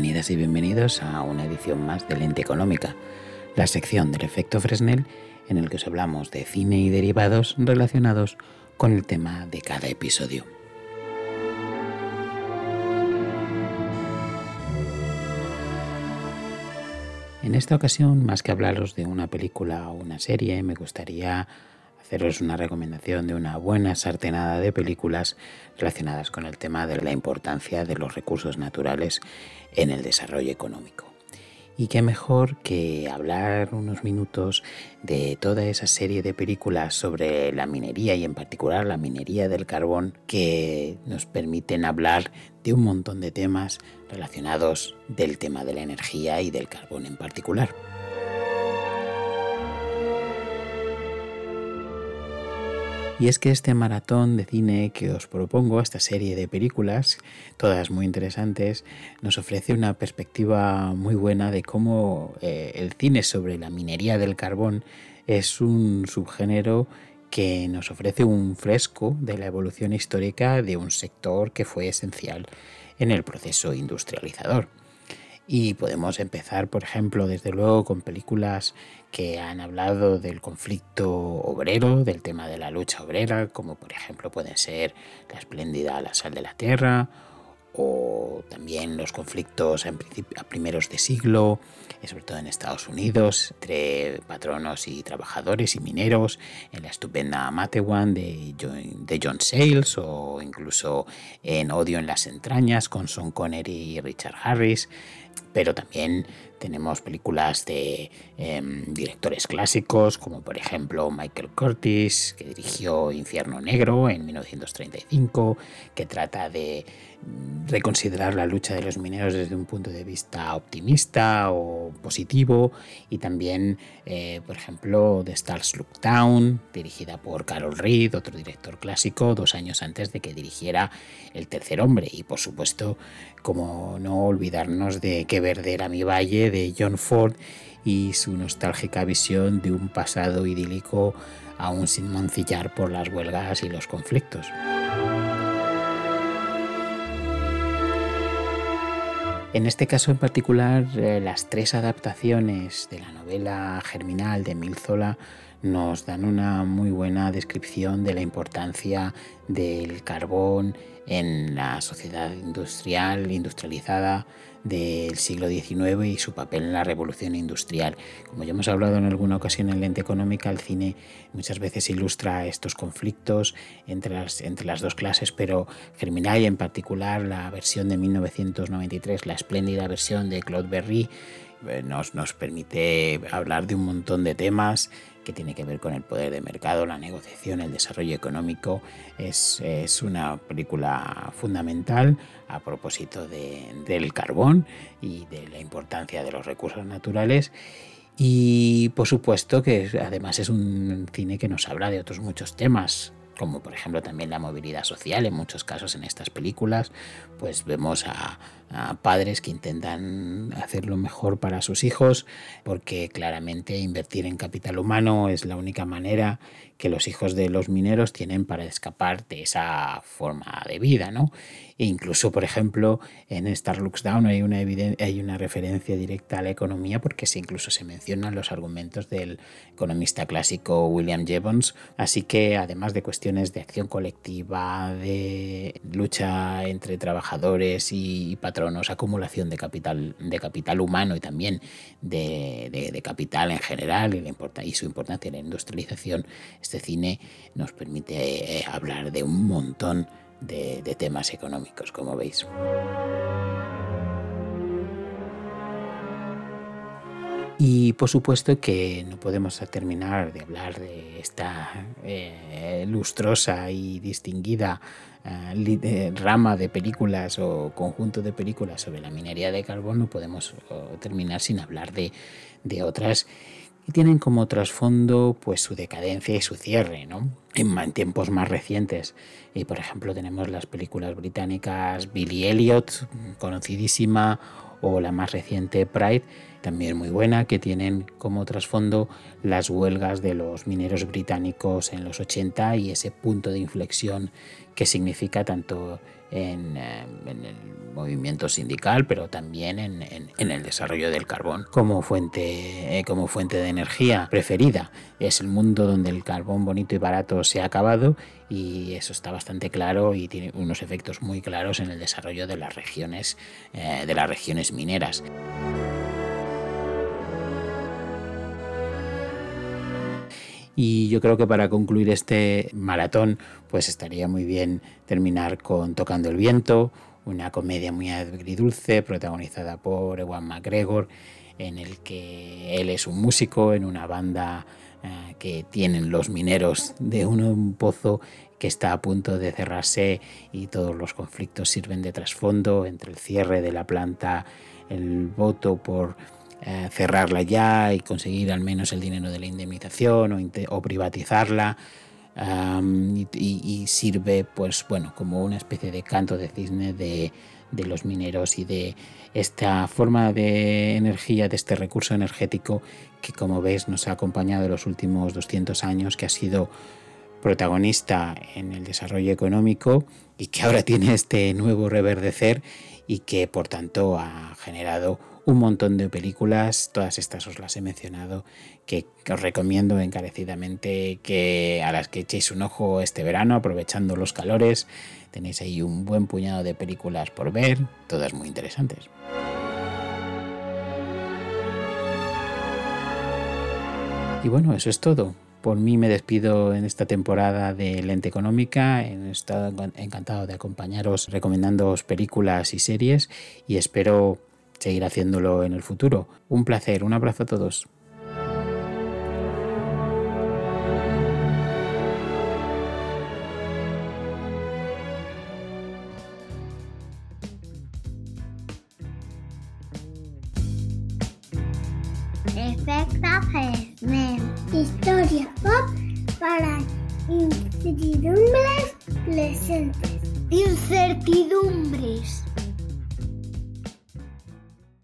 Bienvenidas y bienvenidos a una edición más de Lente Económica, la sección del efecto Fresnel en el que os hablamos de cine y derivados relacionados con el tema de cada episodio. En esta ocasión, más que hablaros de una película o una serie, me gustaría haceros una recomendación de una buena sartenada de películas relacionadas con el tema de la importancia de los recursos naturales en el desarrollo económico. Y qué mejor que hablar unos minutos de toda esa serie de películas sobre la minería y en particular la minería del carbón que nos permiten hablar de un montón de temas relacionados del tema de la energía y del carbón en particular. Y es que este maratón de cine que os propongo, esta serie de películas, todas muy interesantes, nos ofrece una perspectiva muy buena de cómo el cine sobre la minería del carbón es un subgénero que nos ofrece un fresco de la evolución histórica de un sector que fue esencial en el proceso industrializador. Y podemos empezar, por ejemplo, desde luego con películas que han hablado del conflicto obrero, del tema de la lucha obrera, como por ejemplo pueden ser La espléndida La sal de la tierra, o también los conflictos a primeros de siglo, sobre todo en Estados Unidos, entre patronos y trabajadores y mineros, en la estupenda Matewan de John Sayles, o incluso en Odio en las entrañas con Sean Connery y Richard Harris. Pero también tenemos películas de directores clásicos, como por ejemplo Michael Curtiz, que dirigió Infierno Negro en 1935, que trata de reconsiderar la lucha de los mineros desde un punto de vista optimista o positivo, y también, por ejemplo, The Stars Look Down, dirigida por Carol Reed, otro director clásico, 2 años antes de que dirigiera El tercer hombre, y por supuesto, como no olvidarnos de Qué verde era mi valle, de John Ford, y su nostálgica visión de un pasado idílico aún sin mancillar por las huelgas y los conflictos. En este caso en particular, las 3 adaptaciones de la novela Germinal de Émile Zola nos dan una muy buena descripción de la importancia del carbón en la sociedad industrializada del siglo XIX y su papel en la revolución industrial. Como ya hemos hablado en alguna ocasión en Lente Económica, el cine muchas veces ilustra estos conflictos entre las dos clases, pero Germinal, y en particular la versión de 1993, la espléndida versión de Claude Berry, nos permite hablar de un montón de temas que tiene que ver con el poder de mercado, la negociación, el desarrollo económico. Es una película fundamental a propósito del carbón y de la importancia de los recursos naturales. Y por supuesto que además es un cine que nos habla de otros muchos temas, como por ejemplo también la movilidad social. En muchos casos en estas películas pues vemos a padres que intentan hacer lo mejor para sus hijos, porque claramente invertir en capital humano es la única manera que los hijos de los mineros tienen para escapar de esa forma de vida, ¿no? E incluso, por ejemplo, en Star Looks Down hay una referencia directa a la economía, porque incluso se mencionan los argumentos del economista clásico William Jevons. Así que, además de cuestiones de acción colectiva, de lucha entre trabajadores y patronos, acumulación de capital humano y también de capital en general y su importancia en la industrialización, este cine nos permite hablar de un montón de temas económicos, como veis. Y por supuesto que no podemos terminar de hablar de esta lustrosa y distinguida rama de películas o conjunto de películas sobre la minería de carbón. No podemos terminar sin hablar de otras que tienen como trasfondo pues su decadencia y su cierre, ¿no? En tiempos más recientes. Y por ejemplo tenemos las películas británicas Billy Elliot, conocidísima, o la más reciente Pride, también muy buena, que tienen como trasfondo las huelgas de los mineros británicos en los 80 y ese punto de inflexión que significa tanto en el movimiento sindical, pero también en el desarrollo del carbón como fuente de energía preferida. Es el mundo donde el carbón bonito y barato se ha acabado, y eso está bastante claro y tiene unos efectos muy claros en el desarrollo de las regiones mineras. Y yo creo que para concluir este maratón, pues estaría muy bien terminar con Tocando el viento, una comedia muy agridulce protagonizada por Ewan McGregor, en el que él es un músico en una banda que tienen los mineros de un pozo que está a punto de cerrarse, y todos los conflictos sirven de trasfondo entre el cierre de la planta, el voto por cerrarla ya y conseguir al menos el dinero de la indemnización, o privatizarla, y sirve pues bueno como una especie de canto de cisne de los mineros y de esta forma de energía, de este recurso energético que, como ves, nos ha acompañado en los últimos 200 años, que ha sido protagonista en el desarrollo económico y que ahora tiene este nuevo reverdecer, y que por tanto ha generado un montón de películas. Todas estas os las he mencionado, que os recomiendo encarecidamente a las que echéis un ojo este verano, aprovechando los calores. Tenéis ahí un buen puñado de películas por ver, todas muy interesantes. Y bueno, eso es todo. Por mí me despido en esta temporada de Lente Económica. He estado encantado de acompañaros recomendándoos películas y series, y espero seguir haciéndolo en el futuro. Un placer, un abrazo a todos. Efecto Fresnel. Historia pop para incertidumbres presentes. Incertidumbres.